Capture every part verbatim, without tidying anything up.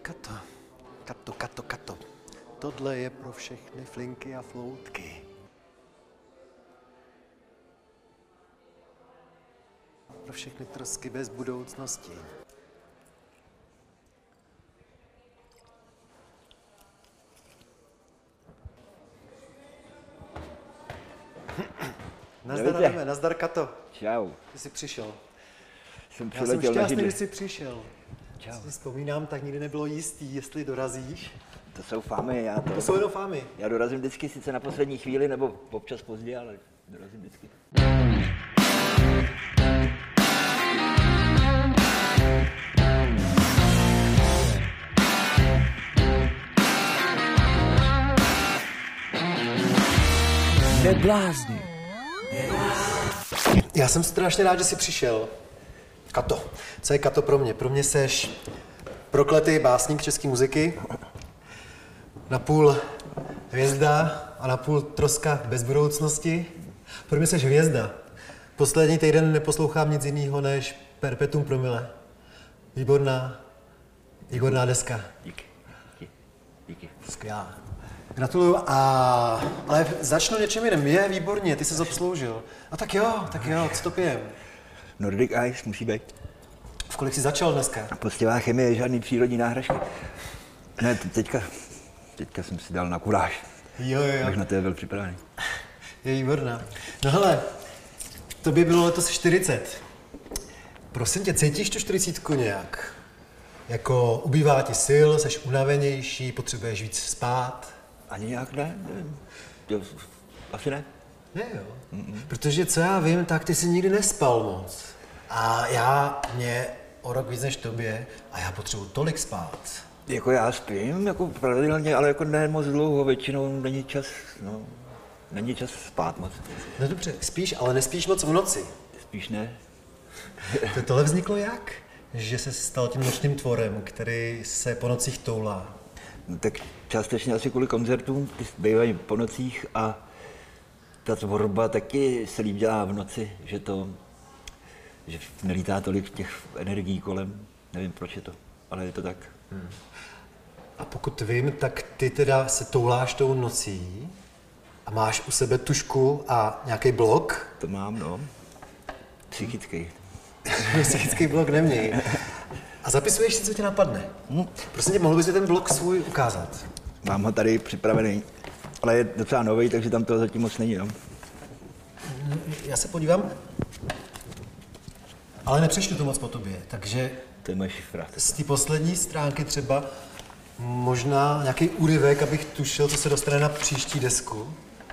Kato, kato, kato, kato. Tohle je pro všechny flinky a floutky. Pro všechny trosky bez budoucnosti. Nazdar, Adame, nazdar, Kato. Čau. Ty jsi přišel. Jsem Já jsem šťastný, že jsi přišel. Čau. Si vzpomínám, tak nikdy nebylo jistý, jestli dorazíš. To jsou fámy, já to... To jsou jenom fámy. Já dorazím vždycky, sice na poslední chvíli, nebo občas pozdě, ale dorazím vždycky. Neblázni. Já jsem strašně rád, že jsi přišel. Kato. Co je Kato pro mě? Pro mě seš prokletý básník české muziky, napůl hvězda a napůl troska bez budoucnosti. Pro mě seš hvězda. Poslední týden neposlouchám nic jiného než Perpetuum promile. Výborná, výborná deska. Díky. Díky. Díky. Skvělá. Gratuluju. A... Ale začnu něčím jiným. Je, výborně, ty jsi obsloužil. A tak jo, tak jo, co to pijem? Nordic Ice musí být. V kolik jsi začal dneska? Poctivá chemie, žádný přírodní náhražky. Ne, teďka, teďka jsem si dal na kuráž. Jo, jo, jo. Už na to byl připravený. Je výborná. No hele, tobě bylo letos čtyřicet. Prosím tě, cítíš tu čtyřicítku nějak? Jako ubývá ti sil, seš unavenější, potřebuješ víc spát? Ani nějak ne, nevím. Jo, asi ne. Ne jo, Mm-mm. Protože co já vím, tak ty jsi nikdy nespal moc. A já, mě o rok víc než tobě, a já potřebuji tolik spát. Jako já spím, jako pravidelně, ale jako ne moc dlouho, většinou není čas, no, není čas spát moc. No dobře, spíš, ale nespíš moc v noci. Spíš ne. To tohle vzniklo jak? Že se stal tím nočním tvorem, který se po nocích toulá. No, tak částečně asi kvůli koncertům, ty bývají po nocích a ta tvorba taky se líp dělá v noci, že to, že nelítá tolik těch energií kolem, nevím proč je to, ale je to tak. Hmm. A pokud vím, tak ty teda se touláš tou nocí a máš u sebe tužku a nějaký blok? To mám, no. Psychický. Psychický blok neměj. A zapisuješ si, co tě napadne. Hmm. Prosím tě, mohl bys mi ten blok svůj ukázat? Mám ho tady připravený, ale je docela nový, takže tam toho zatím moc není, no. Já se podívám, ale nepřečtu to moc po tobě, takže... To je moje šifra. Z té poslední stránky třeba možná nějaký úryvek, abych tušil, co se dostane na příští desku.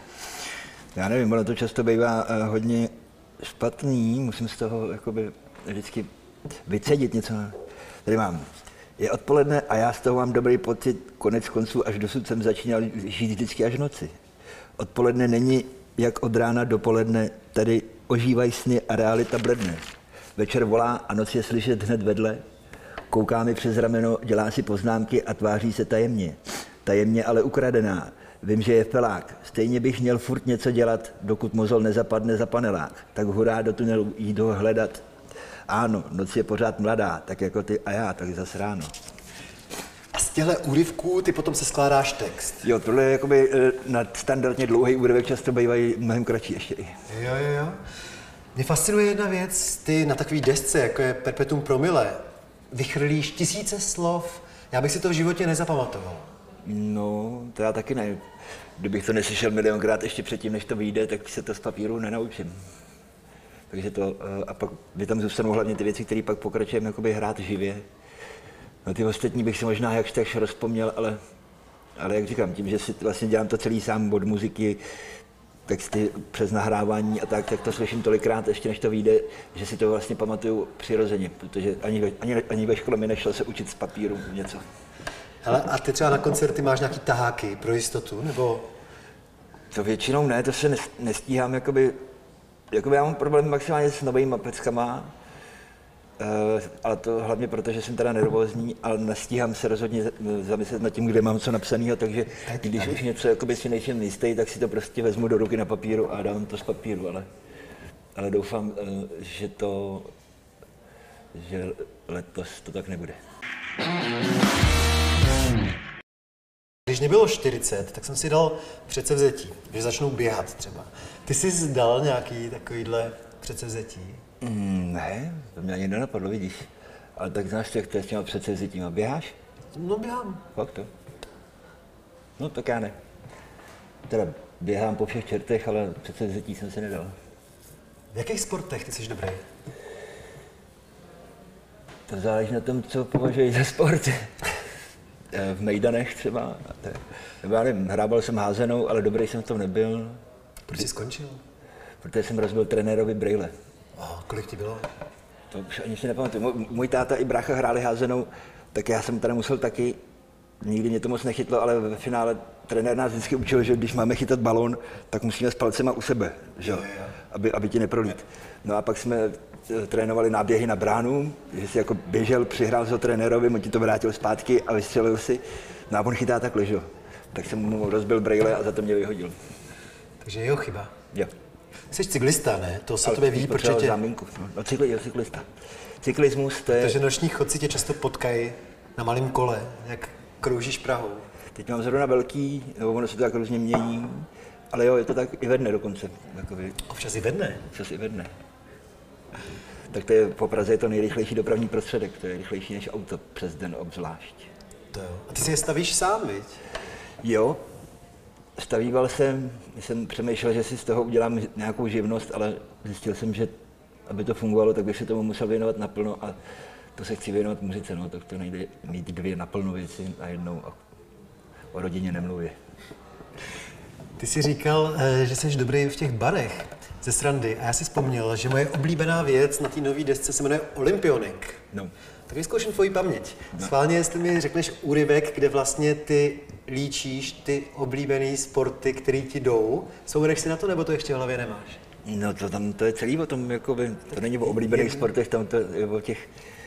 Já nevím, ono to často bývá uh, hodně špatný, musím z toho jakoby vždycky vycedit něco. Tady mám. Je odpoledne a já z toho mám dobrý pocit, konec konců až dosud jsem začínal žít vždycky až v noci. Odpoledne není jak od rána do poledne, tady ožívají sny a realita bledne. Večer volá a noc je slyšet hned vedle, kouká mi přes rameno, dělá si poznámky a tváří se tajemně. Tajemně, ale ukradená. Vím, že je felák. Stejně bych měl furt něco dělat, dokud mozol nezapadne za panelák. Tak hurá do tunelu jít ho hledat. Ano, noc je pořád mladá, tak jako ty a já, tak zas ráno. A z těchto úryvků ty potom se skládáš text? Jo, tohle je jakoby nad standardně dlouhý úryvek, často bývají mnohem kratší ještě. Jo, jo, jo. Mě fascinuje jedna věc, ty na takový desce, jako je Perpetuum promile, vychrlíš tisíce slov, já bych si to v životě nezapamatoval. No, to já taky ne. Kdybych to neslyšel milionkrát ještě předtím, než to vyjde, tak se to z papíru nenaučím. Takže to, a pak by tam zůstanou hlavně ty věci, které pak pokračujeme jakoby hrát živě. No ty ostatní bych si možná jakž takž rozpomněl, ale, ale jak říkám, tím, že si vlastně dělám to celý sám od muziky, texty přes nahrávání a tak, tak to slyším tolikrát ještě než to vyjde, že si to vlastně pamatuju přirozeně, protože ani ve, ani, ani ve škole mi nešlo se učit z papíru něco. Hele, a ty třeba na koncerty máš nějaký taháky pro jistotu, nebo? To většinou ne, to se nestíhám, jakoby, jakoby já mám problém maximálně s novými peckama, uh, ale to hlavně proto, že jsem teda nervózní, ale nestíhám se rozhodně zamyslet nad tím, kde mám co napsaného, takže když už něco jakoby si nejsem jistý, tak si to prostě vezmu do ruky na papíru a dám to z papíru, ale, ale doufám, uh, že to, že letos to tak nebude. Když mě bylo čtyřicet, tak jsem si dal předsevzetí, že začnu běhat třeba. Ty jsi dal nějaký takovýhle předsevzetí? Mm, ne, to mě ani nenapadlo, vidíš. Ale tak znáš těch, kteří s těma předsevzetíma běháš? No běhám. Fakt to? No tak já ne. Teda běhám po všech čertech, ale předsevzetí jsem si nedal. V jakých sportech ty jsi dobrý? To záleží na tom, co považuji za sport. V mejdanech třeba. Nebo já nevím, hrával jsem házenou, ale dobrý jsem v tom nebyl. Proč jsi skončil? Protože jsem rozbil trenérovi brejle. Oh, kolik ti bylo? To už ani si nepamatuju. Můj, můj táta i brácha hráli házenou, tak já jsem teda musel taky. Nikdy mě to moc nechytlo, ale ve finále trenér nás vždycky učil, že když máme chytat balón, tak musíme s palcema u sebe, že? Jo, jo. Aby, aby ti neprolít. No a pak jsme trénovali náběhy na bránu, že si jako běžel, přihrál se trenérovi, on ti to vrátil zpátky a vystřelil si. No a on chytá takhle, že? Tak jsem mu rozbil brejle a za to mě vyhodil. Takže jeho chyba. Jo. Jsi cyklista, ne? To se Ale tobě ví, protože tě... záminku. No cykli, jo, cyklista. Cyklismus, to je... Takže noční chodci tě často potkají na malém kole, jak kroužíš Prahou. Teď mám zrovna velký, nebo ono se to tak různě mění, ale jo, je to tak i ve dne dokonce. Takový. Občas i ve dne? Občas i ve dne. Tak to je, po Praze je to nejrychlejší dopravní prostředek, to je rychlejší než auto, přes den obzvlášť. To jo. A ty si je stavíš sám, viď? Jo, stavíval jsem, jsem přemýšlel, že si z toho udělám nějakou živnost, ale zjistil jsem, že aby to fungovalo, tak bych se tomu musel věnovat naplno a to se chci věnovat muzice, no, tak to nejde mít dvě naplno věci a jednou a o rodině nemluvě. Ty jsi říkal, že jsi dobrý v těch barech ze srandy a já si vzpomněl, že moje oblíbená věc na té nové desce se jmenuje Olympionik. No. Tak vyzkouším tvoji paměť. No. Schválně, jestli mi řekneš úryvek, kde vlastně ty líčíš ty oblíbené sporty, které ti jdou. Souhrneš si na to, nebo to ještě v hlavě nemáš? No to tam to je celý o tom, jakoby, to není o oblíbených sportech, tam to je o těch,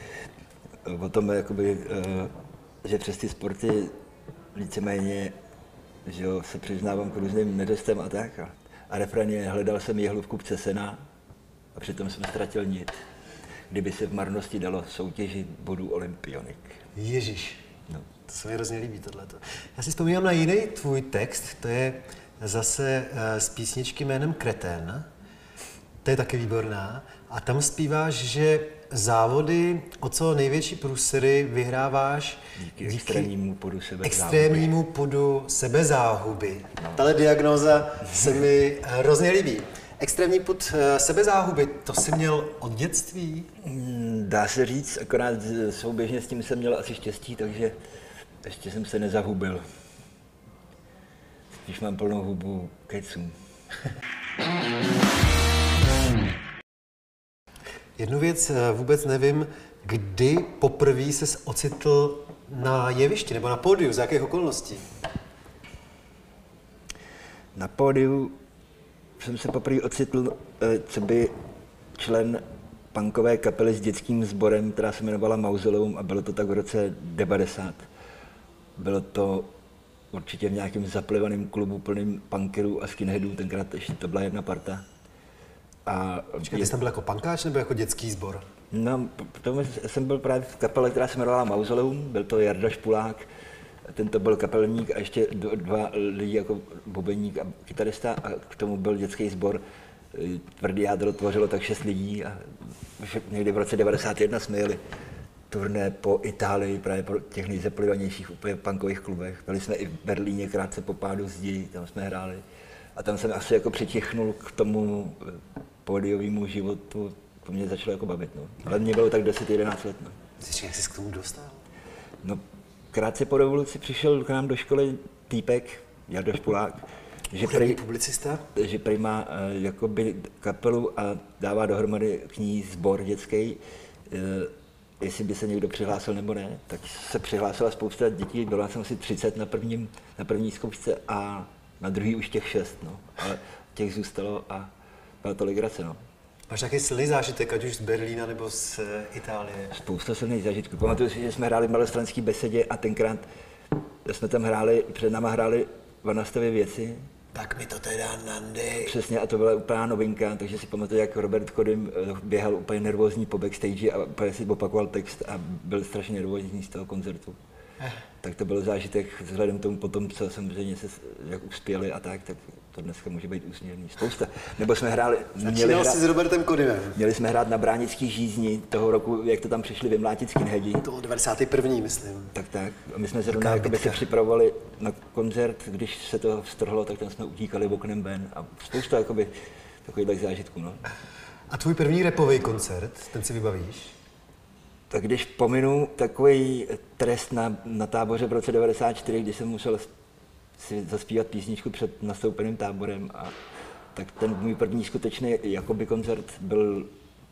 o tom, jakoby, že přes ty sporty víceméně, že jo, se přiznávám k různým nedostem a tak. A, a refrén je, hledal jsem jehlu v kupce sena a přitom jsem ztratil nit. Kdyby se v marnosti dalo soutěžit, budu olympionik. Ježíš, no. To se mi hrozně líbí tohleto. Já si vzpomínám na jiný tvůj text, to je zase z písničky jménem Kretén. To je taky výborná. A tam zpíváš, že závody o co největší průsery vyhráváš díky, díky extrémnímu podu sebezáhuby. Extrémnímu podu sebezáhuby. No. Tahle diagnóza se mi hrozně líbí. Extrémní pud sebezáhuby, to jsi měl od dětství? Dá se říct, akorát souběžně s tím jsem měl asi štěstí, takže ještě jsem se nezahubil. Spíš mám plnou hubu keců. Jednu věc vůbec nevím, kdy poprvé ses ocitl na jevišti nebo na pódiu, z jakých okolností? Na pódiu jsem se poprvé ocitl, co by člen punkové kapely s dětským sborem, která se jmenovala Mauzoleum a bylo to tak v roce devadesát. Bylo to určitě v nějakém zaplivaném klubu plným punkerů a skinheadů, tenkrát ještě to byla jedna parta. A Počkej, ty jsi tam byl jako punkáč nebo jako dětský sbor? No, potom jsem byl právě v kapele, která se jmenovala Mauzoleum, byl to Jarda Špulák, tento byl kapelník a ještě dva lidi jako bubeník a kytarista a k tomu byl dětský sbor. Tvrdý jádro tvořilo tak šest lidí a někdy v roce devadesát jedna jsme jeli turné po Itálii, právě po těch nejzaplivanějších úplně punkových klubech. Byli jsme i v Berlíně krátce po pádu zdi, tam jsme hráli. A tam jsem asi jako přitichnul k tomu pódiovému životu, to mě začalo jako bavit, no. Ale mě bylo tak deset jedenáct let, no. Myslíš, jak jsi k tomu dostal? No, krátce po revoluci přišel k nám do školy týpek, Jarda Špulák, že prý, publicista? že prý má uh, jakoby kapelu a dává dohromady k ní sbor dětský. Uh, jestli by se někdo přihlásil nebo ne, tak se přihlásila spousta dětí, byla jsem asi třicet na, prvním, na první zkoušce a na druhý už těch šest, no. Ale těch zůstalo a byla to legrace, no. Máš nějaký silný zážitek, ať už z Berlína nebo z Itálie? Spousta silných zážitků. Pamatuju si, že jsme hráli v Malostranské besedě a tenkrát jsme tam hráli, před náma hráli Vanastovy věci. Tak mi to teda nandej. Přesně, a to byla úplná novinka, takže si pamatuju, jak Robert Kodym běhal úplně nervózní po backstage a úplně si opakoval text a byl strašně nervózní z toho koncertu. tak to byl zážitek vzhledem k tomu potom, co samozřejmě se jak uspěli a tak, tak to dneska může být úsměvný. Spousta. Nebo jsme hráli... Měli hrát, s Robertem Kodymem. Měli jsme hrát na Bránický žízni toho roku, jak to tam přišli vymlátit skinheadi. To bylo devadesátý první myslím. Tak, tak. A my jsme zrovna jakoby se připravovali na koncert, když se to strhlo, tak tam jsme utíkali oknem ven a spousta jakoby takových zážitků, no. A tvůj první rapový koncert, ten si vybavíš? Tak když pominu takový trest na, na táboře v roce devadesát čtyři, kdy jsem musel si zaspívat písničku před nastoupeným táborem, a tak ten můj první skutečný jakoby koncert byl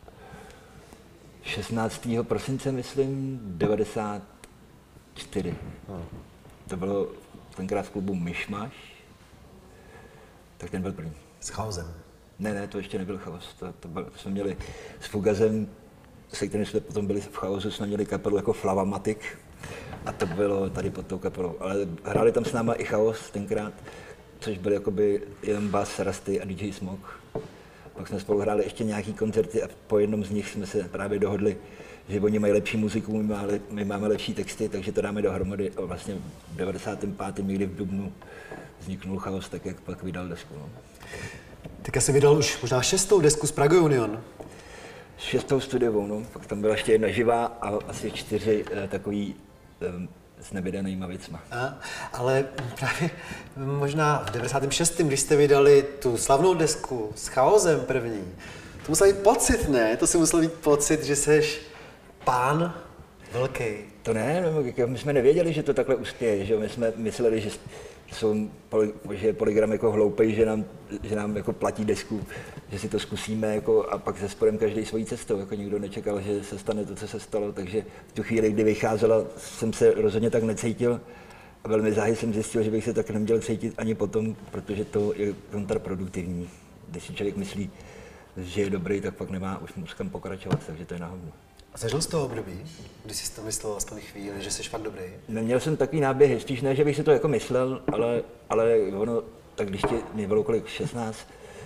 šestnáctého prosince, myslím, devadesát čtyři. No. To bylo tenkrát v klubu Myšmaš, tak ten byl první. S Chaosem? Ne, ne, to ještě nebyl Chaos, to, to, byl, to jsme měli s Fugazem, se kterým jsme potom byli v Chaosu, jsme měli kapelu jako Flavamatic a to bylo tady pod tou kapelou, ale hráli tam s náma i Chaos tenkrát, což byl jakoby jen Bass, Rusty a D J Smoke. Pak jsme spolu hráli ještě nějaký koncerty a po jednom z nich jsme se právě dohodli, že oni mají lepší muziku, my máme, my máme lepší texty, takže to dáme dohromady a vlastně v devadesátém pátém někdy v dubnu vzniknul Chaos, tak jak pak vydal desku. No. Tak jsi vydal už možná šestou desku z Prague Union. Šestou studiovou, no. Pak tam byla ještě jedna živá a asi čtyři eh, takový eh, s nevydanýma věcma. A, ale právě možná v devadesátém šestém, když jste vydali tu slavnou desku s Chaosem první, to musel být pocit, ne? To si musel být pocit, že seš pán velký. To ne, no, my jsme nevěděli, že to takhle uspěje, že my jsme mysleli, že, jsou, že je Polygram jako hloupej, že nám, že nám jako platí desku, že si to zkusíme jako, a pak se spodem každý svojí cestou, jako nikdo nečekal, že se stane to, co se stalo, takže v tu chvíli, kdy vycházela, jsem se rozhodně tak necítil a velmi záhy jsem zjistil, že bych se tak neměl cítit ani potom, protože to je kontraproduktivní. Když si člověk myslí, že je dobrý, tak pak nemá už moc kam pokračovat, takže to je na hovno. A zažil jsi toho období, kdy jsi to myslel aspoň chvíli, že jsi fakt dobrý? Neměl jsem takový náběhy, spíš ne, že bych si to jako myslel, ale, ale ono, tak když tě, mě bylo kolik, šestnáct,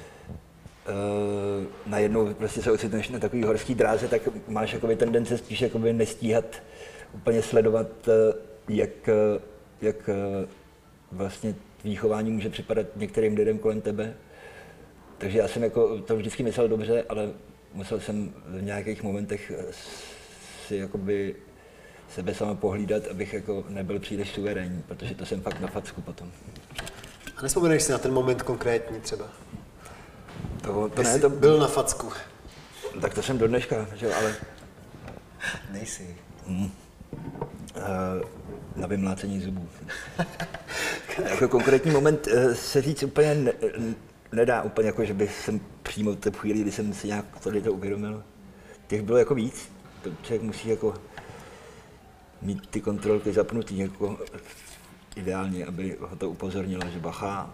uh, najednou prostě se ocitneš na takový horský dráze, tak máš jakoby tendence spíš jakoby nestíhat, úplně sledovat, uh, jak, uh, jak uh, vlastně tvý chování může připadat některým lidem kolem tebe. Takže já jsem jako to vždycky myslel dobře, ale musel jsem v nějakých momentech si jakoby sebe sama pohlídat, abych jako nebyl příliš suverénní, protože to jsem fakt na facku potom. A nevzpomeneš si na ten moment konkrétní třeba? To, to ne, to byl na facku. Tak to jsem do dneška, že, ale... Nejsi. Mm. Uh, na vymlácení zubů. Jako konkrétní moment uh, se říct úplně ne, nedá, úplně jako, že bych jsem přímo v té chvíli, kdy jsem si nějak tady to uvědomil. Těch bylo jako víc. To člověk musí jako mít ty kontrolky zapnutý jako ideálně, aby ho to upozornilo, že bacha,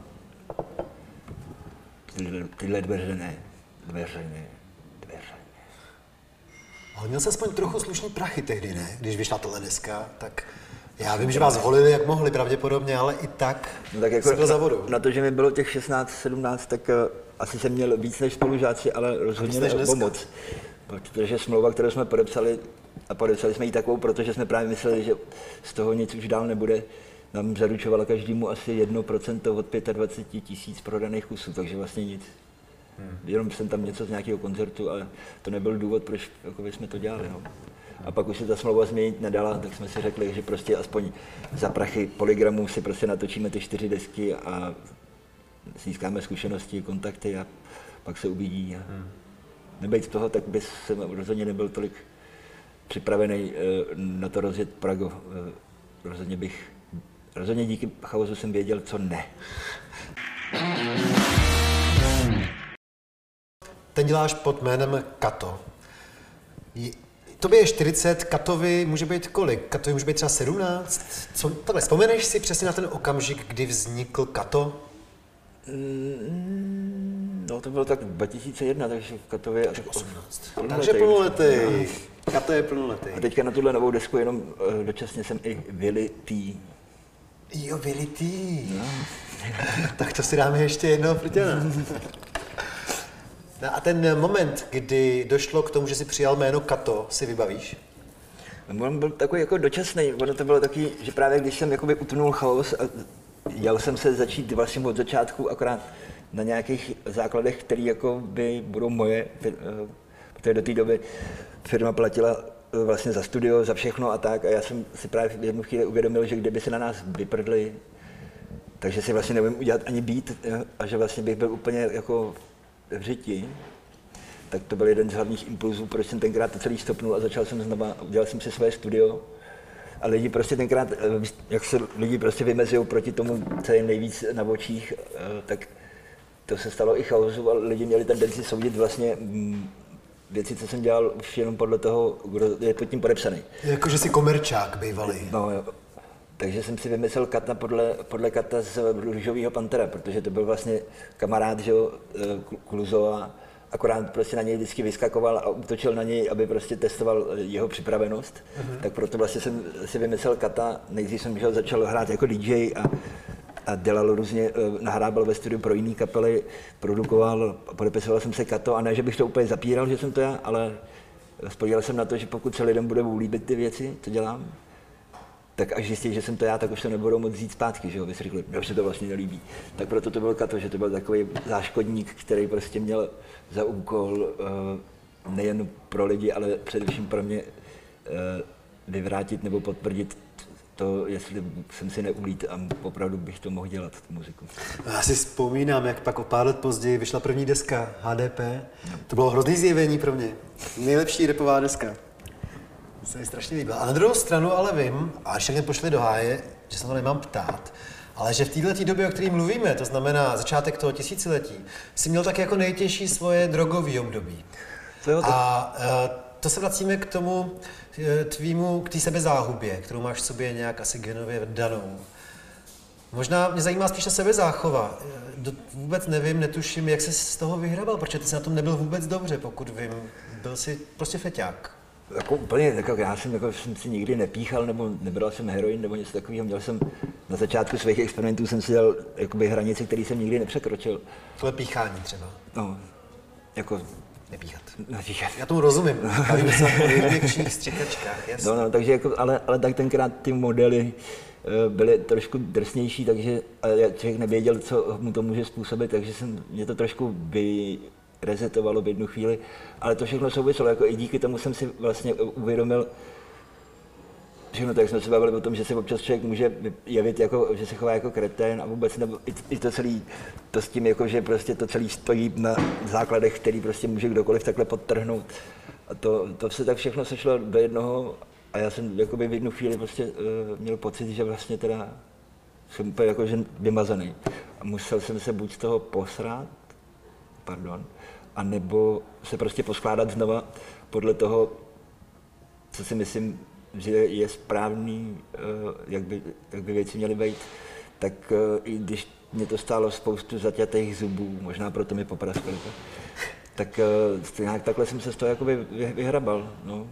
tyhle, tyhle dveře ne, dveře ne, dveře ne. Ale měl jsi aspoň trochu slušný prachy tehdy, ne? Když vyšla tohle deska, tak já vím, že vás volili jak mohli pravděpodobně, ale i tak, no tak jako jsi byl za vodou. Na to, že mi bylo těch šestnáct, sedmnáct, tak uh, asi jsem měl víc než spolužáci, ale rozhodně ne pomoc. Protože smlouva, kterou jsme podepsali, a podepsali jsme ji takovou, protože jsme právě mysleli, že z toho nic už dál nebude, nám zaručovala každému asi jedno procento od dvacet pět tisíc prodaných kusů, takže vlastně nic. Hmm. Jenom jsem tam něco z nějakého koncertu, ale to nebyl důvod, proč jako jsme to dělali. No. A pak už se ta smlouva změnit nedala, tak jsme si řekli, že prostě aspoň za prachy Polygramu si prostě natočíme ty čtyři desky a získáme zkušenosti, kontakty a pak se uvidí. A nebejt toho, tak by jsem rozhodně nebyl tolik připravený na to rozjet Prago. Rozhodně bych, rozhodně díky Chaosu jsem věděl, co ne. Teď děláš pod jménem Kato. Tobě je čtyřicet, Katovi může být kolik? Katovi může být třeba sedmnáct? Co, takhle, vzpomeneš si přesně na ten okamžik, kdy vznikl Kato? Mm, no to bylo tak dva tisíce jedna, takže v Katově je tak osmnáct. Takže plnoletý. Kato je plnoletý. A teďka na tuhle novou desku jenom uh, dočasně jsem i vylitý. Jo, vylitý. No. Tak to si dáme ještě jednou prťana. No a ten moment, kdy došlo k tomu, že si přijal jméno Kato, si vybavíš? On byl takový jako dočasný, ono to bylo taky, že právě když jsem jakoby utnul chaos a jel jsem se začít vlastně od začátku akorát na nějakých základech, které jako by budou moje, protože do té doby firma platila vlastně za studio, za všechno a tak a já jsem si právě v jednu chvíli uvědomil, že kdyby se na nás vyprdli, takže si vlastně nevím udělat ani beat a že vlastně bych byl úplně jako v řiti. Tak to byl jeden z hlavních impulzů, proč jsem tenkrát to celý stopnul a začal jsem znova, udělal jsem si své studio. A lidi prostě tenkrát, jak se lidi prostě vymezují proti tomu, co je nejvíc na očích, tak to se stalo i chaosu a lidi měli tendenci soudit vlastně věci, co jsem dělal už jenom podle toho, kdo je pod tím podepsaný. Jakože jsi komerčák bývalý. No jo. Takže jsem si vymyslel Kata podle, podle Kata z Růžového Pantera, protože to byl vlastně kamarád, že jo, Kluzova, akorát prostě na něj vždycky vyskakoval a útočil na něj, aby prostě testoval jeho připravenost. Uh-huh. Tak proto vlastně jsem si vymyslel Kata, nejdřív jsem že začal hrát jako dý džej a, a dělal různě, nahrával ve studiu pro jiné kapely, produkoval, podepisoval jsem se Kato a ne, že bych to úplně zapíral, že jsem to já, ale spodíval jsem na to, že pokud se lidem bude líbit ty věci, co dělám, tak až zjistí, že jsem to já, tak už to nebudou moc vzít zpátky, že jo, by si řekli, že se to vlastně nelíbí. Tak proto to byl Kato, že to byl takový záškodník, který prostě měl za úkol nejen pro lidi, ale především pro mě vyvrátit nebo potvrdit to, jestli jsem si neulít a opravdu bych to mohl dělat, tu muziku. Já si vzpomínám, jak pak o pár let později vyšla první deska Há Dé Pé. To bylo hrozný zjevení pro mě. Nejlepší rapová deska. To se mi strašně líbilo. A na druhou stranu ale vím, a když mě pošli do háje, že se to nemám ptát, ale že v této době, o které mluvíme, to znamená začátek toho tisíciletí, jsi měl tak jako nejtěžší svoje drogové období. To to... A uh, to se vracíme k tomu tvýmu, k té sebezáhubě, kterou máš v sobě nějak asi genově danou. Možná mě zajímá spíš ta sebezáchova. Vůbec nevím, netuším, jak jsi z toho vyhrabal, protože ty jsi na tom nebyl vůbec dobře, pokud vím. Byl jsi prostě feťák. Jako úplně, jako já jsem, jako, jsem si nikdy nepíchal, nebo nebral jsem heroin, nebo něco takového. Měl jsem na začátku svých experimentů jsem si dal jakoby hranice, které jsem nikdy nepřekročil. Tohle píchání třeba. No, jako... Nepíchat. Nepíchat. Já tomu rozumím. Bavíme se o největších stříkačkách, jasně. No, no, takže jako, ale, ale tak tenkrát ty modely uh, byly trošku drsnější, takže člověk nevěděl, co mu to může způsobit, takže jsem, mě to trošku vyrezetovalo v jednu chvíli, ale to všechno souviselo, jako i díky tomu jsem si vlastně uvědomil, všechno, tak jsme se bavili o tom, že se občas člověk může jevit, jako, že se chová jako kretén a vůbec nebo i, i to celý, to s tím, jako, že prostě to celý stojí na základech, který prostě může kdokoliv takhle podtrhnout. A to, to se tak všechno sešlo do jednoho a já jsem jakoby v jednu chvíli prostě uh, měl pocit, že vlastně teda jsem úplně jako, že vymazaný. A musel jsem se buď z toho posrát, pardon, anebo se prostě poskládat znova podle toho, co si myslím, že je správný, jak by, jak by věci měly být, tak i když mě to stálo spoustu zaťatých zubů, možná proto mi popraskali, tak nějak takhle jsem se z toho jakoby vyhrabal. No.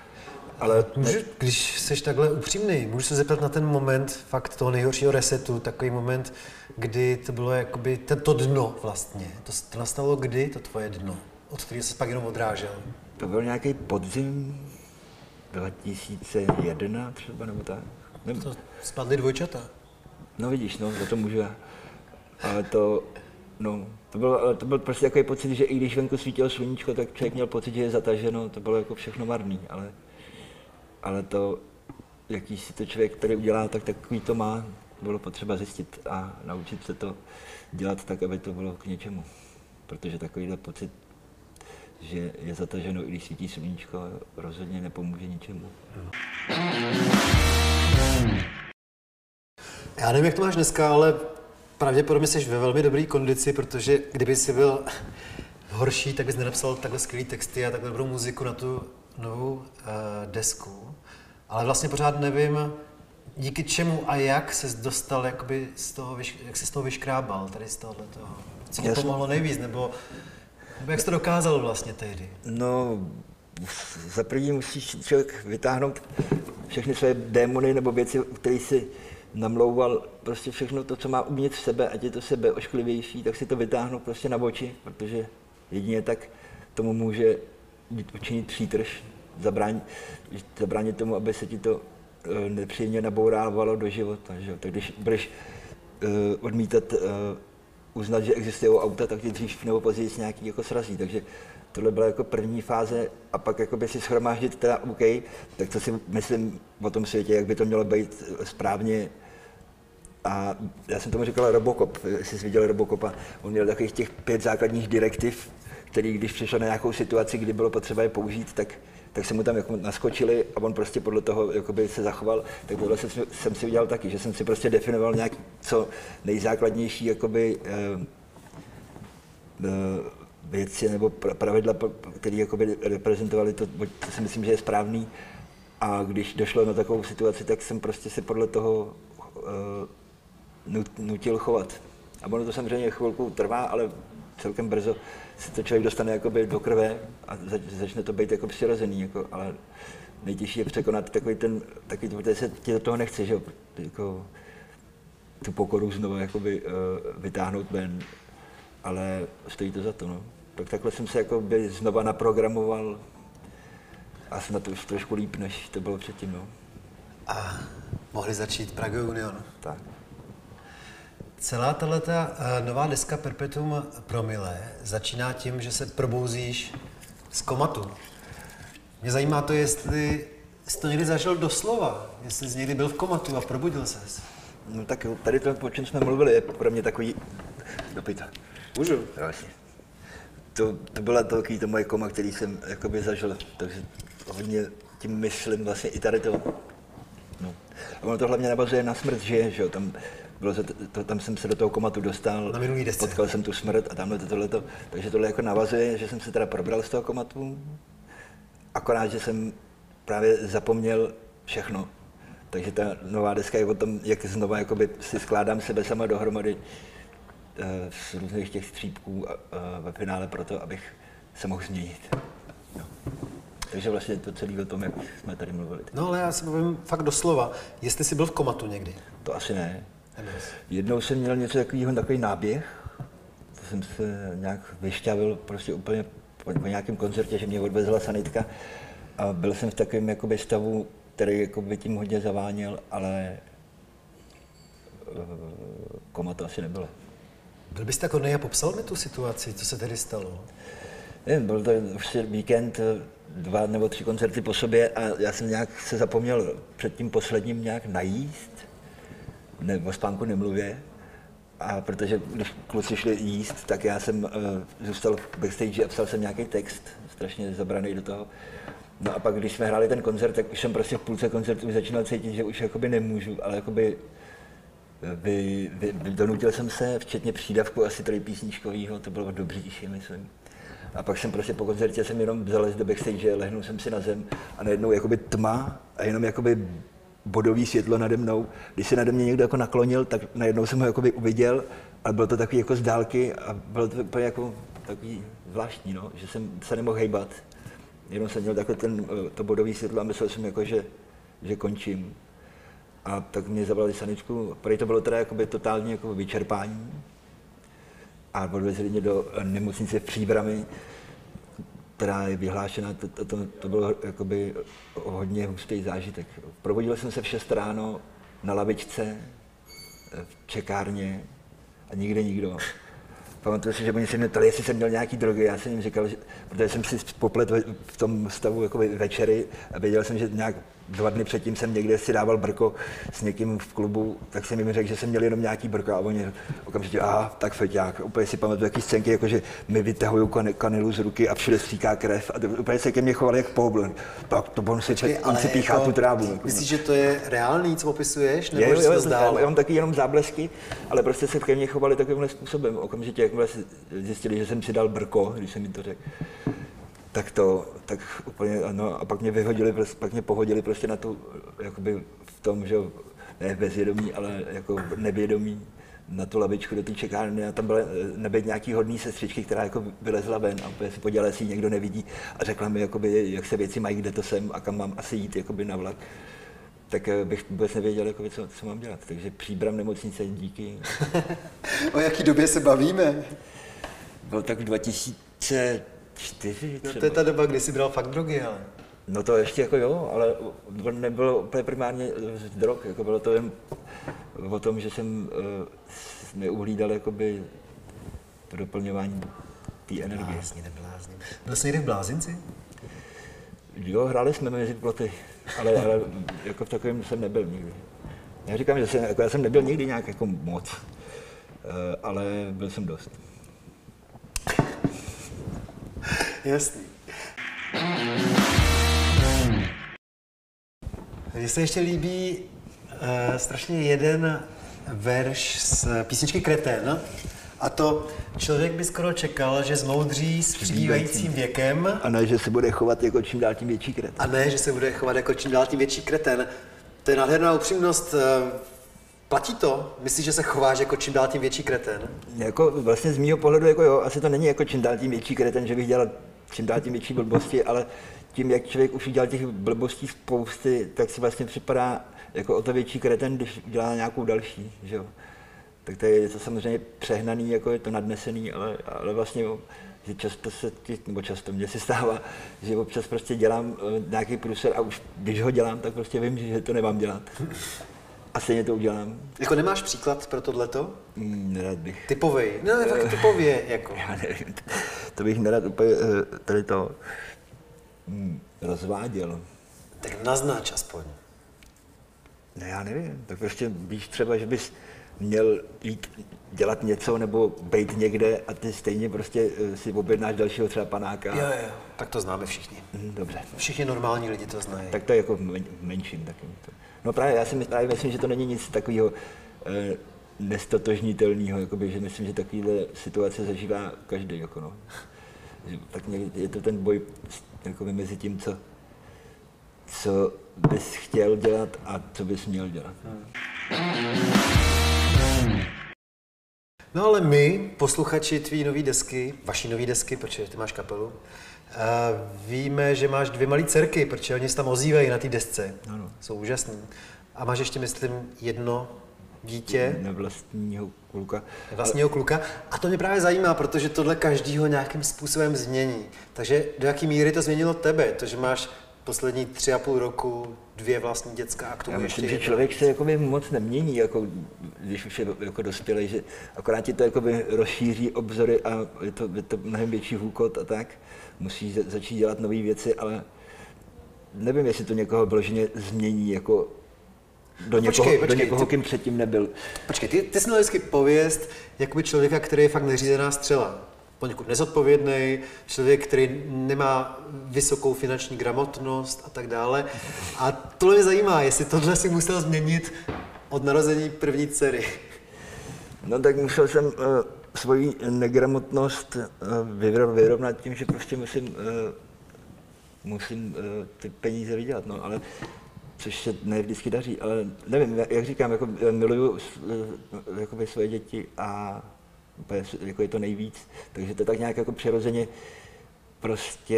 Ale můžu, když jsi takhle upřímný, můžu se zeptat na ten moment fakt toho nejhoršího resetu, takový moment, kdy to bylo jakoby to dno vlastně. To, to nastalo kdy, to tvoje dno, od kterého se pak jenom odrážel? To byl nějaký podzim dva tisíce jedna třeba, nebo tak. Nebo... To spadly dvojčata. No vidíš, no, za to můžu já. Ale to, no, to byl, to byl prostě takový pocit, že i když venku svítilo sluníčko, tak člověk měl pocit, že je zataženo, to bylo jako všechno marný, ale, ale to, jaký si to člověk tady udělá, tak takový to má, bylo potřeba zjistit a naučit se to dělat tak, aby to bylo k něčemu. Protože takovýhle pocit, že je zataženo, i když svítí sluníčko, rozhodně nepomůže ničemu. Já nevím, jak to máš dneska, ale pravděpodobně jsi ve velmi dobré kondici, protože kdyby jsi byl horší, tak bys nenapsal takhle skvělý texty a takhle dobrou muziku na tu novou uh, desku. Ale vlastně pořád nevím, díky čemu a jak ses dostal, jakoby z toho, jak se z toho vyškrábal, tady z tohohle toho. Co ti pomohlo nejvíc, nebo Nebo jak jsi to dokázal vlastně tehdy? No, za první musíš člověk vytáhnout všechny své démony nebo věci, které si namlouval, prostě všechno to, co má uvnitř v sebe, ať je to sebe ošklivější, tak si to vytáhnout prostě na oči, protože jedině tak tomu může učinit přítrž zabránit, zabránit tomu, aby se ti to nepříjemně nabourávalo do života. Že? Tak když budeš uh, odmítat uh, uznat, že existují auta, tak ti dřív nebo později nějaký jako srazí. Takže tohle byla jako první fáze a pak jakoby si shromáždit teda OK, tak co si myslím o tom světě, jak by to mělo být správně. A já jsem tomu říkal Robocop, jestli jsi viděl Robocopa, on měl takových těch pět základních direktiv, který když přišel na nějakou situaci, kdy bylo potřeba je použít, tak, tak se mu tam jako naskočili a on prostě podle toho jakoby se zachoval. Tak tohle jsem, jsem si udělal taky, že jsem si prostě definoval nějak co nejzákladnější jakoby, uh, uh, věci nebo pravidla, které jakoby reprezentovaly to, co si myslím, že je správný. A když došlo na takovou situaci, tak jsem prostě se podle toho uh, nutil chovat. A ono to samozřejmě chvilku trvá, ale celkem brzo se to člověk dostane jakoby do krve a zač, začne to být jako přirozený. Jako, ale nejtěžší je překonat takový ten, takový to, protože se ti do toho nechce, že jo, jako, tu pokoru znovu jakoby, uh, vytáhnout ven, ale stojí to za to. No. Tak takhle jsem se jakoby znova naprogramoval a jsem na to už trošku líp, než to bylo předtím. No. A mohli začít Prague Union. Tak. Celá tato nová deska Perpetuum Promille začíná tím, že se probouzíš z komatu. Mě zajímá to, jestli jsi to někdy zažil doslova, jestli jsi někdy byl v komatu a probudil ses. No tak tady to, o čem jsme mluvili, je pro mě takový... Dopita. Můžu? Vlastně. To, to byla to takový to moje koma, který jsem jakoby zažil, takže hodně tím myslím vlastně i tady to. No. A ono to hlavně navazuje na smrt, že, že jo, tam, bylo to, to, tam jsem se do toho komatu dostal, na minulý desce. Potkal jsem tu smrt a tamhle to tohleto, takže tohle jako navazuje, že jsem se teda probral z toho komatu, akorát, že jsem právě zapomněl všechno. Takže ta nová deska je o tom, jak znova jakoby si skládám sebe sama dohromady z různých těch střípků a, a ve finále proto, abych se mohl změnit. No. Takže vlastně to celé o tom, jak jsme tady mluvili. No ale já si povím fakt doslova, jestli jsi byl v komatu někdy. To asi ne. Nebyl jsi. Jednou jsem měl něco takového, takový náběh, to jsem se nějak vyšťavil prostě úplně po, po nějakém koncertě, že mě odvezla sanitka a byl jsem v takovém jakoby stavu, který jakoby tím hodně zaváněl, ale uh, koma to asi nebylo. Byl bys tak hodnej a popsal mi tu situaci, co se tedy stalo? Nevím, byl to už víkend, dva nebo tři koncerty po sobě a já jsem nějak se zapomněl před tím posledním nějak najíst, ne, o spánku nemluvě, a protože když kluci šli jíst, tak já jsem uh, zůstal v backstage a psal jsem nějaký text, strašně zabraný do toho. No a pak, když jsme hráli ten koncert, tak už jsem prostě v půlce koncertu začínal cítit, že už jakoby nemůžu, ale jakoby Vy, vy, donutil jsem se, včetně přídavku asi tady písničkovýho, to bylo dobrý, myslím. A pak jsem prostě po koncertě jsem jenom zalez do backstage, lehnul jsem si na zem a najednou jakoby tma a jenom jakoby bodový světlo nade mnou. Když se nade mě někdo jako naklonil, tak najednou jsem ho jakoby uviděl, ale bylo to takový jako z dálky a bylo to úplně jako takový zvláštní, no, že jsem se nemohl hejbat. Jenom jsem měl takhle ten, to bodový světlo a myslel jsem jako, že, že končím. A tak mě zavolali saničku, protože to bylo teda jakoby totální jako vyčerpání. A odvezli mě do nemocnice v Příbrami, která je vyhlášena, to, to, to, to bylo jakoby hodně hustý zážitek. Probudil jsem se v šest ráno na lavičce, v čekárně a nikde nikdo. Pamatuju si, že oni se mě ptali, jestli jsem měl nějaký drogy, já jsem jim říkal, že, protože jsem si poplet v tom stavu jakoby večery a věděl jsem, že nějak dva dny předtím jsem někde si dával brko s někým v klubu, tak jsem jim řekl, že jsem měl jenom nějaký brko a oni okamžitě, aha, tak feťák. Úplně si pamatuju jaký scénky, jakože mi vytahují kanilu z ruky a všude stříká krev a to, úplně se ke mně chovali jak pobln. Tak to on si, Počkej, on si píchá jako, tu trávu. Myslíš, že to je reálný, co popisuješ? Nebo je, jo, jo, zdál? Já mám taky jenom záblesky, ale prostě se ke mně chovali takovýmhle způsobem. Okamžitě, jakmile si zjistili, že jsem si dal brko, když jsem mi to řekl. Tak to, tak úplně, no a pak mě vyhodili, pak mě pohodili prostě na tu, jakoby v tom, že ne bezvědomí, ale jako nevědomí, na tu lavičku do té čekárny a tam byla nebyt nějaký hodný sestřičky, která jako vylezla ven a úplně si podělala, jestli někdo nevidí a řekla mi, jakoby, jak se věci mají, kde to jsem a kam mám asi jít jakoby na vlak. Tak bych vůbec nevěděl, jakoby, co, co mám dělat, takže Příbram nemocnice, díky. O jaký době se bavíme? Bylo tak dva tisíce čtyři No to je ta doba, kdy jsi bral fakt drogy, ale... No to ještě jako jo, ale to nebylo úplně primárně z drog, jako bylo to jen o tom, že jsem uh, neuhlídal jakoby to doplňování té energie. Blázni, neblázni. Byl jsi někdy v Blázinci? Jo, hráli jsme mezi ploty, ale, ale jako v takovém jsem nebyl nikdy. Já říkám, že jsem, jako já jsem nebyl nikdy nějak jako moc, uh, ale byl jsem dost. Jasný. Mně se ještě líbí uh, strašně jeden verš z písničky Kretén. A to člověk by skoro čekal, že zmoudří s přibývajícím věkem. A ne, že se bude chovat jako čím dál tím větší kretén. A ne, že se bude chovat jako čím dál tím větší kretén. To je nádherná upřímnost. Platí to? Myslíš, že se chováš jako čím dál tím větší kretén? Jako vlastně z mýho pohledu jako jo, asi to není jako čím dál tím větší kretén, že bych dělal čím dál tím větší blbosti, ale tím, jak člověk už udělal těch blbostí spousty, tak si vlastně připadá jako o to větší kretén, když dělá nějakou další, že jo. Tak to je to samozřejmě přehnaný, jako je to nadnesený, ale, ale vlastně jo, že často se, nebo často mně se stává, že občas prostě dělám uh, nějaký průser a už když ho dělám, tak prostě vím, že to nemám dělat. A stejně to udělám. Jako nemáš příklad pro tohleto? Mm, nerad bych. Typovej. No, tak typově, jako. Já nevím, to bych nerad úplně uh, tady to mm, rozváděl. Tak naznač aspoň. Ne, já nevím, tak prostě víš třeba, že bys měl jít dělat něco nebo být někde a ty stejně prostě si objednáš dalšího třeba panáka. Jo, jo, tak to známe všichni. Dobře. Všichni normální lidi to znají. Tak to je jako men, menším taky. No právě, já si my, právě myslím, že to není nic takového e, nestotožnitelného, jakoby, že myslím, že takovéhle situace zažívá každý. Jako no. Tak někdy je to ten boj jakoby, mezi tím, co, co bys chtěl dělat a co bys měl dělat. Hmm. No ale my, posluchači tvý nový desky, vaší nový desky, protože ty máš kapelu, víme, že máš dvě malé dcerky, protože oni se tam ozývají na té desce. Ano. Jsou úžasný. A máš ještě, myslím, jedno dítě. Nevlastního kluka. Nevlastního kluka. A to mě právě zajímá, protože tohle každýho nějakým způsobem změní. Takže do jaké míry to změnilo tebe? To, že máš poslední tři a půl roku dvě vlastní děcka a k tomu Já ještě myslím, že jedno. člověk se jakoby moc nemění, jako, když už je jako dospělý, že akorát ti to jakoby rozšíří obzory a je to, je to mnohem větší hůkot a tak. Musí začít dělat nové věci, ale nevím, jestli to někoho vloženě změní jako do někoho, počkej, počkej, do někoho ty, kým předtím nebyl. Počkej, ty, ty jsi měl vždycky pověst jakoby člověka, který je fakt neřízená střela. Poněkud nezodpovědný, člověk, který nemá vysokou finanční gramotnost a tak dále. A tohle mě zajímá, jestli tohle si musel změnit od narození první dcery. No tak musel jsem uh, svoji negramotnost uh, vyrovnat tím, že prostě musím, uh, musím uh, ty peníze vydělat, no, ale což se ne vždycky daří, ale nevím, jak říkám, jako, miluju uh, jakoby svoje děti a jako je to nejvíc, takže to tak nějak jako přirozeně prostě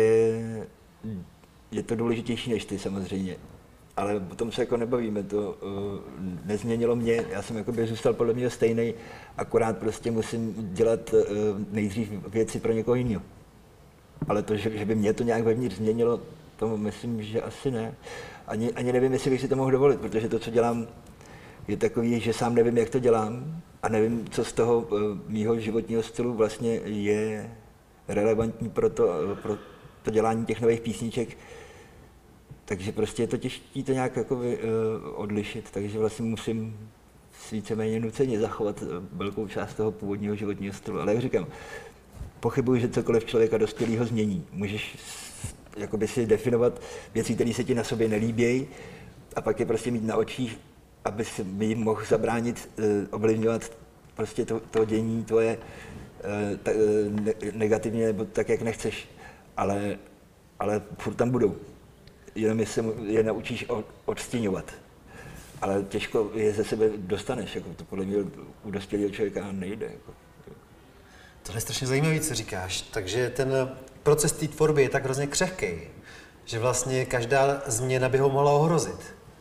je to důležitější než ty samozřejmě, ale o tom se jako nebavíme, to uh, nezměnilo mě, já jsem jako by zůstal podle mě stejný, akorát prostě musím dělat uh, nejdřív věci pro někoho jiného. Ale to, že, že by mě to nějak vevnitř změnilo, to myslím, že asi ne. Ani, ani nevím, jestli bych si to mohl dovolit, protože to, co dělám, je takový, že sám nevím, jak to dělám a nevím, co z toho uh, mýho životního stylu vlastně je relevantní pro to, uh, pro to dělání těch nových písniček. Takže prostě je to těžké to nějak jakoby, uh, odlišit, takže vlastně musím víceméně nuceně zachovat uh, velkou část toho původního životního stylu. Ale jak říkám, pochybuji, že cokoliv člověka dospělého změní. Můžeš jakoby si definovat věci, které se ti na sobě nelíbějí a pak je prostě mít na očích, aby si mi mohl zabránit uh, ovlivňovat prostě to, to dění tvoje uh, ta, uh, ne, negativně nebo tak, jak nechceš. Ale, ale furt tam budou. Jenom je, se, je naučíš odstěňovat. Ale těžko je ze sebe dostaneš, jako to podle mě u dospělého člověka nejde. Jako. Tohle je strašně zajímavé, co říkáš. Takže ten proces té tvorby je tak hrozně křehký, že vlastně každá změna by ho mohla ohrozit.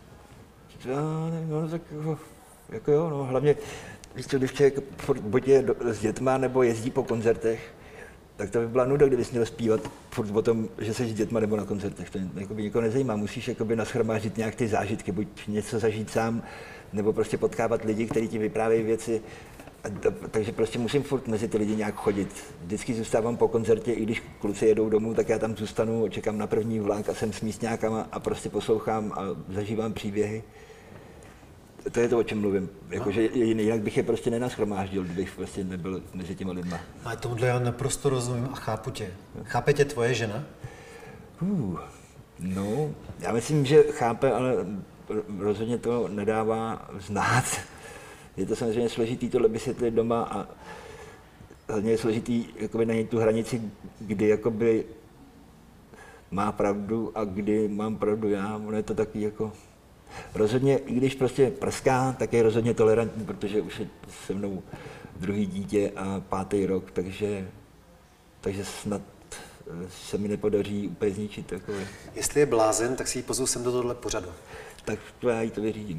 Já nevím, no, tak jako, jako jo, no, hlavně, když člověk buď je s dětma nebo jezdí po koncertech, tak to by byla nuda, kdybys měl zpívat furt o tom, že jsi s dětma nebo na koncertech. To jakoby nikoho nezajímá. Musíš jakoby nashromáždit nějak ty zážitky, buď něco zažít sám, nebo prostě potkávat lidi, kteří ti vyprávějí věci. A to, takže prostě musím furt mezi ty lidi nějak chodit. Vždycky zůstávám po koncertě, i když kluci jedou domů, tak já tam zůstanu, čekám na první vlak a jsem s místňákama a prostě poslouchám a zažívám příběhy. To je to, o čem mluvím. Jako, že jinak bych je prostě nenaschromáždil, kdybych prostě nebyl mezi těma lidma. Ale tomuhle já naprosto rozumím a chápu tě. Chápe tě tvoje žena? Uh, no, já myslím, že chápe, ale rozhodně to nedává znát. Je to samozřejmě složitý tohle vysvětlit doma a hodně je složitý jakoby najít tu hranici, kdy jakoby má pravdu a kdy mám pravdu já. Ono je to taky jako... Rozhodně, i když prostě prská, tak je rozhodně tolerantní, protože už je se mnou druhý dítě a pátý rok, takže, takže snad se mi nepodaří úplně zničit. Takové. Jestli je blázen, tak si ji pozvu sem do tohle pořadu. Tak to já jí to vyřídím.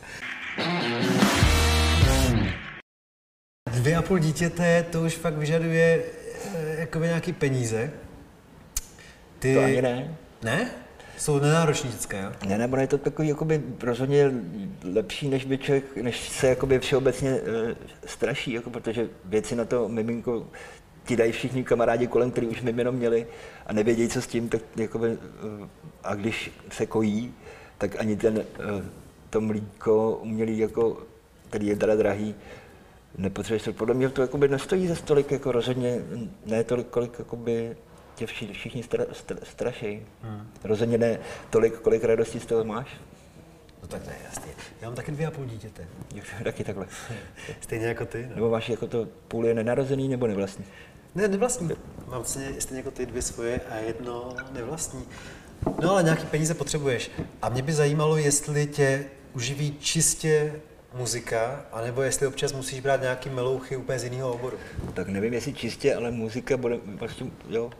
Dvě a půl dítěte, to už fakt vyžaduje jakoby nějaký peníze. Ty... To ani ne. Ne? Jsou nenároční děcka, jo? Ne, nebo je to takový jakoby rozhodně lepší, než by člověk, než se jakoby všeobecně e, straší, jako, protože věci na to miminko ti dají všichni kamarádi kolem, kteří už mimino měli a nevědějí, co s tím, tak jakoby, e, a když se kojí, tak ani ten, e, to mlíko umělý, jako, který je teda drahý, nepotřebuješ. Podle mě to jakoby nestojí za stolik, jako rozhodně ne tolik, kolik jakoby, tě všichni, všichni stra, stra, strašejí. Hmm. Rozhodně ne tolik, kolik radosti z toho máš. No tak to je jasně. Já mám taky dvě a půl dítěte. Taky takhle. Stejně jako ty, no. Nebo máš jako to půl je nenarozený nebo nevlastní? Ne, nevlastní. Mám vlastně stejně jako ty dvě svoje a jedno nevlastní. No ale nějaký peníze potřebuješ. A mě by zajímalo, jestli tě uživí čistě muzika, anebo jestli občas musíš brát nějaký melouchy úplně z jiného oboru. Tak nevím, jestli čistě, ale muzika bude vlastně, jo.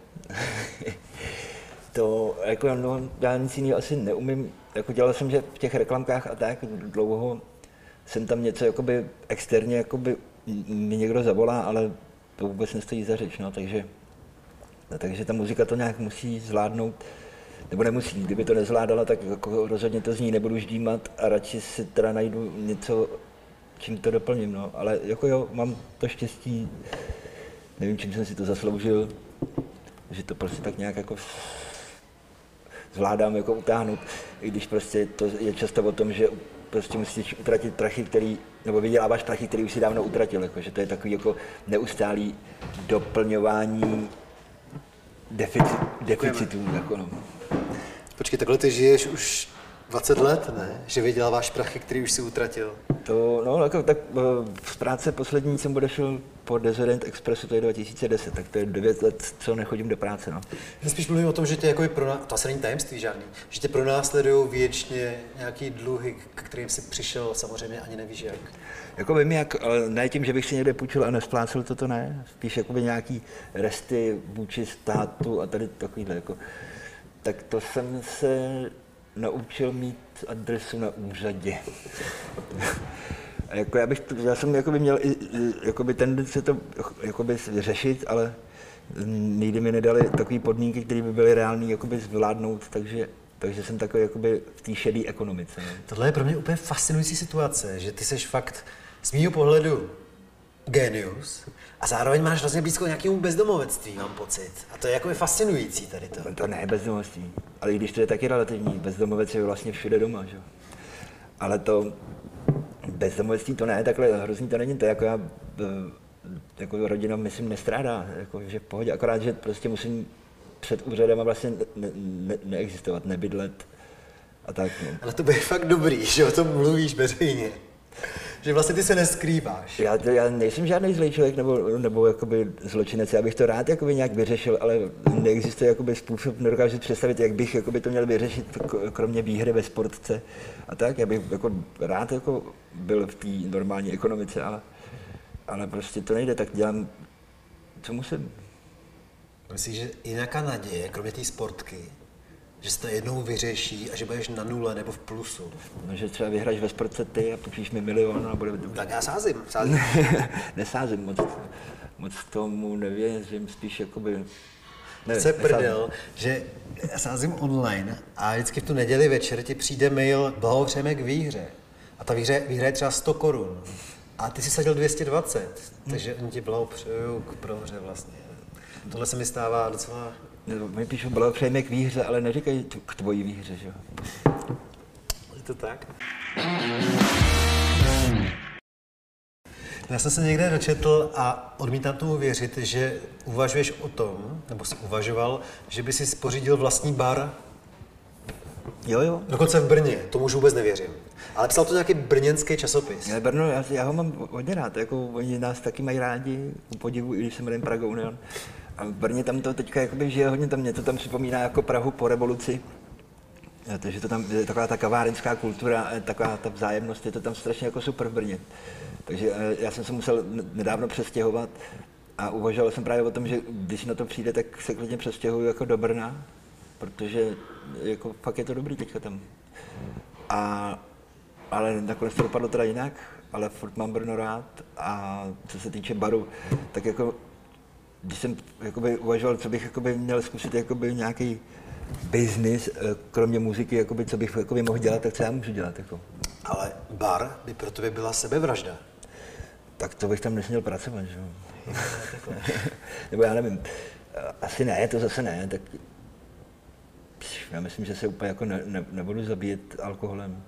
To, jako, no, já nic jiného asi neumím, jako dělal jsem, že v těch reklamkách a tak dlouho jsem tam něco jakoby externě, jakoby mi někdo zavolá, ale to vůbec nestojí za řeč, no, takže, no, takže ta muzika to nějak musí zvládnout, nebo nemusí, kdyby to nezvládala, tak jako rozhodně to z ní nebudu ždímat a radši si teda najdu něco, čím to doplním, no, ale jako jo, mám to štěstí, nevím, čím jsem si to zasloužil, že to prostě tak nějak jako zvládám jako utáhnout, i když prostě to je často o tom, že prostě musíš utratit prachy, který, nebo vyděláváš prachy, který už si dávno utratil, jako, že to je takový jako neustálý doplňování defici, deficitů, jako no. Počkej, takhle ty žiješ už dvacet let, ne? Že vyděláváš prachy, který už si utratil. To, no, jako, tak z práce poslední jsem odešel po Desodent Expressu, to je dva tisíce deset, tak to je devět let, co nechodím do práce, no. Já spíš mluvím o tom, že tě jako pro nás, to asi není tajemství žádný, že tě pronásledují věčně nějaký dluhy, k kterým jsi přišel, samozřejmě ani nevíš jak. Jako vím jak, ale ne tím, že bych si někde půjčil a nesplácel to, to ne. Spíš jakoby nějaký resty vůči státu a tady takovýhle, jako. Tak to jsem se naučil mít adresu na úřadě. A jako já, bych, já jsem jakoby měl i, jakoby tendence to jakoby řešit, ale nikdy mi nedali takové podmínky, které by byly reálné jakoby zvládnout, takže, takže jsem takový jakoby v té šedé ekonomice. Ne? Tohle je pro mě úplně fascinující situace, že ty seš fakt z mýho pohledu genius a zároveň máš vlastně blízko nějakému bezdomovectví, mám pocit. A to je jakoby fascinující tady to. To ne bezdomovectví, ale i když to je taky relativní, bezdomovec je vlastně všude doma, že? Ale to bezdomovectví to ne, takhle hrozný to není, to jako já, jako rodina myslím nestrádá, jako, že v pohodě, akorát, že prostě musím před úřadem vlastně ne, ne, neexistovat, nebydlet a tak. No. Ale to bude fakt dobrý, že o tom mluvíš veřejně. Že vlastně ty se neskrýváš. Já, to, já nejsem žádný zlej člověk nebo, nebo jakoby zločinec, já bych to rád jakoby nějak vyřešil, ale neexistuje jakoby způsob, nedokážu představit, jak bych jakoby to měl vyřešit, kromě výhry ve sportce a tak. Já bych jako rád jako byl v té normální ekonomice, ale, ale prostě to nejde, tak dělám, co musím. Myslíš, že je nějaká naděje, kromě té sportky, že se to jednou vyřeší a že budeš na nule nebo v plusu? No, že třeba vyhraješ ve sportce ty a půjčíš mi milion a bude dobře. Tak já sázím, sázím. Nesázím moc, moc tomu nevěřím, spíš jakoby... Ne, se prdel, že já sázím online a vždycky v tu neděli večer ti přijde mail, blahopřejeme k výhře. A ta výhra, výhra je třeba sto korun. A ty si sadil dvě stě dvacet, hmm. takže oni ti blahopřejou k prohře vlastně. Tohle se mi stává docela... My píšou blahopřejeme k výhře, ale neříkají k tvojí výhře, že jo? Je to tak? Já jsem se někde dočetl a odmítám tomu věřit, že uvažuješ o tom, nebo jsi uvažoval, že by si pořídil vlastní bar. Jo, jo. Dokonce v Brně, tomu už vůbec nevěřím. Ale psal to nějaký brněnský časopis. Ale Brno, já, já ho mám hodně rád, jako oni nás taky mají rádi, u podivu, i když se jmenujem Praga Union. A v Brně tam to teďka jakoby žije hodně, tam mě to tam připomíná jako Prahu po revoluci. Takže to tam je taková ta kavárenská kultura, taková ta vzájemnost, je to tam strašně jako super v Brně. Takže já jsem se musel nedávno přestěhovat a uvažoval jsem právě o tom, že když na to přijde, tak se klidně přestěhuju jako do Brna, protože jako fakt je to dobrý teďka tam. A, ale nakonec to dopadlo teda jinak, ale furt mám Brno rád a co se týče baru, tak jako když jsem jakoby uvažoval, co bych jakoby měl zkusit jakoby nějaký business, kromě muziky, jakoby, co bych jakoby mohl dělat, tak co já můžu dělat. Jako. Ale bar by pro tebe byla sebevražda. Tak to bych tam nesměl pracovat, že jo. Nebo já nevím, asi ne, to zase ne, tak já myslím, že se úplně jako ne, ne, nebudu zabíjet alkoholem.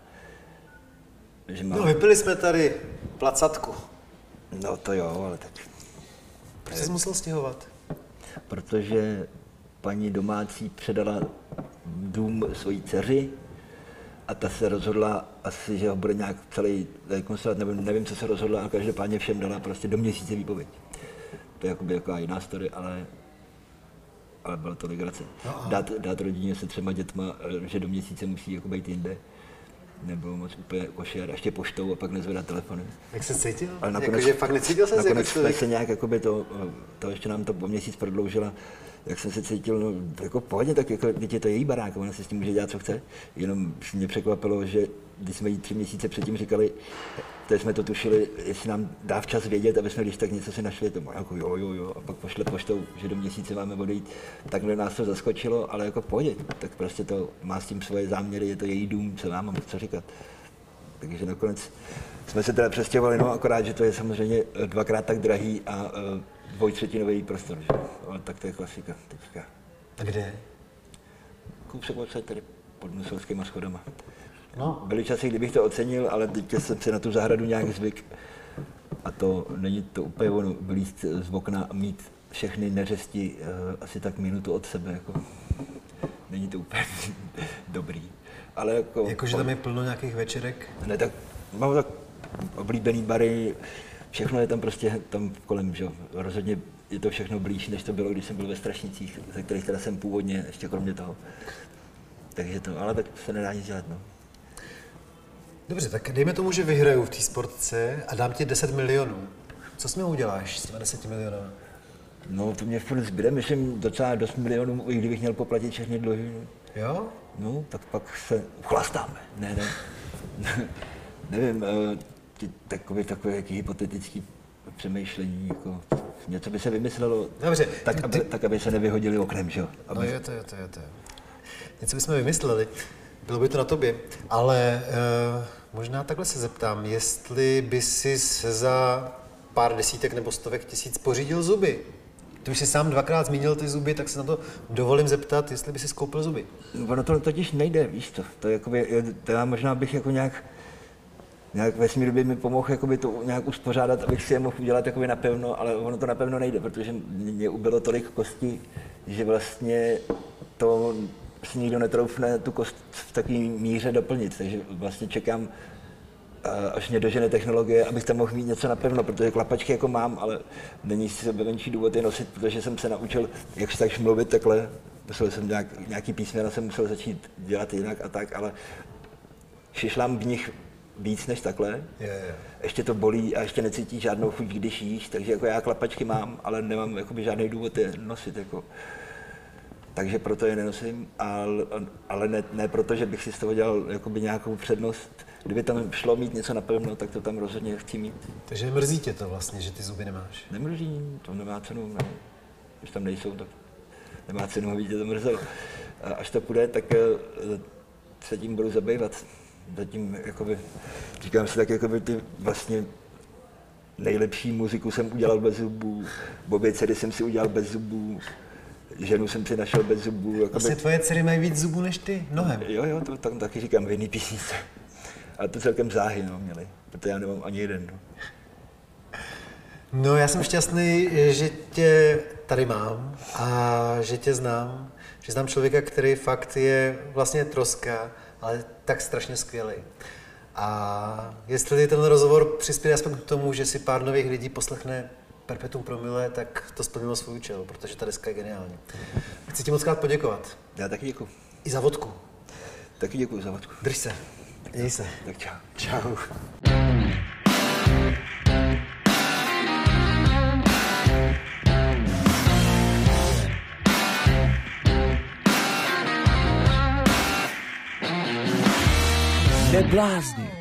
Že mám... No, vypili jsme tady placatku. No to jo, ale tak... Proč jsi musel stěhovat? Protože paní domácí předala dům svojí dceři a ta se rozhodla asi, že ho bude nějak celý rekonstruovat, nevím, nevím, co se rozhodla, ale každopádně všem dala prostě do měsíce výpověď. To je jakoby taková jiná story, ale, ale byla to legrace. No, dát, dát rodině se třema dětma, že do měsíce musí jako být jinde, nebylo moc úplně košer, ještě poštou a pak nezvedat telefony. Jak se cítil? Ale nakonec, Jakože fakt necítil se nakonec jako jsme se nějak, jakoby to, to ještě nám to po měsíc prodloužila, jak jsem se cítil, no, jako pohodně, tak jako, teď je to její barák, ona si s tím může dělat, co chce, jenom mě překvapilo, že když jsme jí tři měsíce předtím říkali, teď jsme to tušili, jestli nám dá včas vědět, aby jsme když tak něco si našli, to jako jo, jo, jo, a pak pošle poštou, že do měsíce máme odejít, takhle nás to zaskočilo, ale jako pohodě, tak prostě to má s tím svoje záměry, je to její dům, co nám mám co říkat. Takže nakonec jsme se teda přestěhovali, no akorát, že to je samozřejmě dvakrát tak drahý a uh, dvojtřetinový prostor, že? Ale tak to je klasika teďka. A kde? Kousek odsaď tady pod Nuselskýma schodama. No. Byly časy, kdybych to ocenil, ale teď jsem si na tu zahradu nějak zvyk. A to není to úplně ono, vylízt z okna a mít všechny neřesti uh, asi tak minutu od sebe, jako není to úplně dobrý. Ale jako... Jakože tam je plno nějakých večerek? Ne, tak mám tak oblíbený bary, všechno je tam prostě tam kolem, že jo. Rozhodně je to všechno blíž, než to bylo, když jsem byl ve Strašnicích, ze kterých teda jsem původně, ještě kromě toho. Takže to, ale tak se nedá nic dělat, no. Dobře, tak dejme tomu, že vyhraju v té sportce a dám ti deset milionů. Co s mě uděláš s těmi deseti miliony? No, to mě furt zbyde, myslím, docela dost milionů, i kdybych měl poplatit všechny dluhy. Jo? No, tak pak se uchlastáme. Ne, ne. Nevím, ty, takové, takové jaký hypotetický přemýšlení, jako něco by se vymyslelo, dobře, tak, aby, ty... tak, aby se nevyhodili oknem, že jo? Aby... No je to, je to, je to. Něco bychom vymysleli, bylo by to na tobě, ale uh, možná takhle se zeptám, jestli by si za pár desítek nebo stovek tisíc pořídil zuby. Ty už jsi sám dvakrát zmínil ty zuby, tak se na to dovolím zeptat, jestli by si koupil zuby. Ono to totiž nejde, víš to. To, jakoby, to já možná bych jako nějak, nějak vesmír by mi pomohl jakoby to nějak uspořádat, abych si je mohl udělat jakoby napevno, ale ono to napevno nejde, protože mě ubylo tolik kostí, že vlastně to si nikdo netroufne tu kost v takové míře doplnit, takže vlastně čekám, až mě dožene technologie, abych tam mohl mít něco napevno, protože klapačky jako mám, ale není si sebe menší důvod je nosit, protože jsem se naučil, jak tak mluvit takhle, musel jsem nějak, nějaký písmena jsem musel začít dělat jinak a tak, ale šišlám v nich víc než takhle, je, je. Ještě to bolí a ještě necítí žádnou chuť, když jíš, takže jako já klapačky mám, ale nemám jakoby žádný důvod je nosit. Jako. takže proto je nenosím, ale, ale ne, ne proto, že bych si z toho dělal jakoby nějakou přednost. Kdyby tam šlo mít něco napevno, tak to tam rozhodně chci mít. Takže mrzí tě to vlastně, že ty zuby nemáš? Nemrzí, to nemá cenu, ne. Když tam nejsou, tak nemá cenu, aby tě to mrzelo. A až to půjde, tak se tím budu zabývat. Zatím, jakoby, říkám si tak, jakoby ty vlastně nejlepší muziku jsem udělal bez zubů, Bobě dcery jsem si udělal bez zubů, ženu jsem si našel bez zubů. Jakoby... Vlastně tvoje dcery mají víc zubů než ty? Mnohem. Jo, jo, to tam taky říkám v jiný písničce. Ale to celkem záhy, no, měli, protože já nemám ani jeden. No. No, já jsem šťastný, že tě tady mám a že tě znám. Že znám člověka, který fakt je vlastně troska, ale tak strašně skvělý. A jestli ten rozhovor přispěje aspoň k tomu, že si pár nových lidí poslechne Perpetuum Promile, tak to splnilo svůj účel, protože ta deska je geniální. Chci ti moc krát poděkovat. Já taky děkuji. I za vodku. Taky děkuji za vodku. Drž se. Měj se. Tak čau. Čau. Neblázni.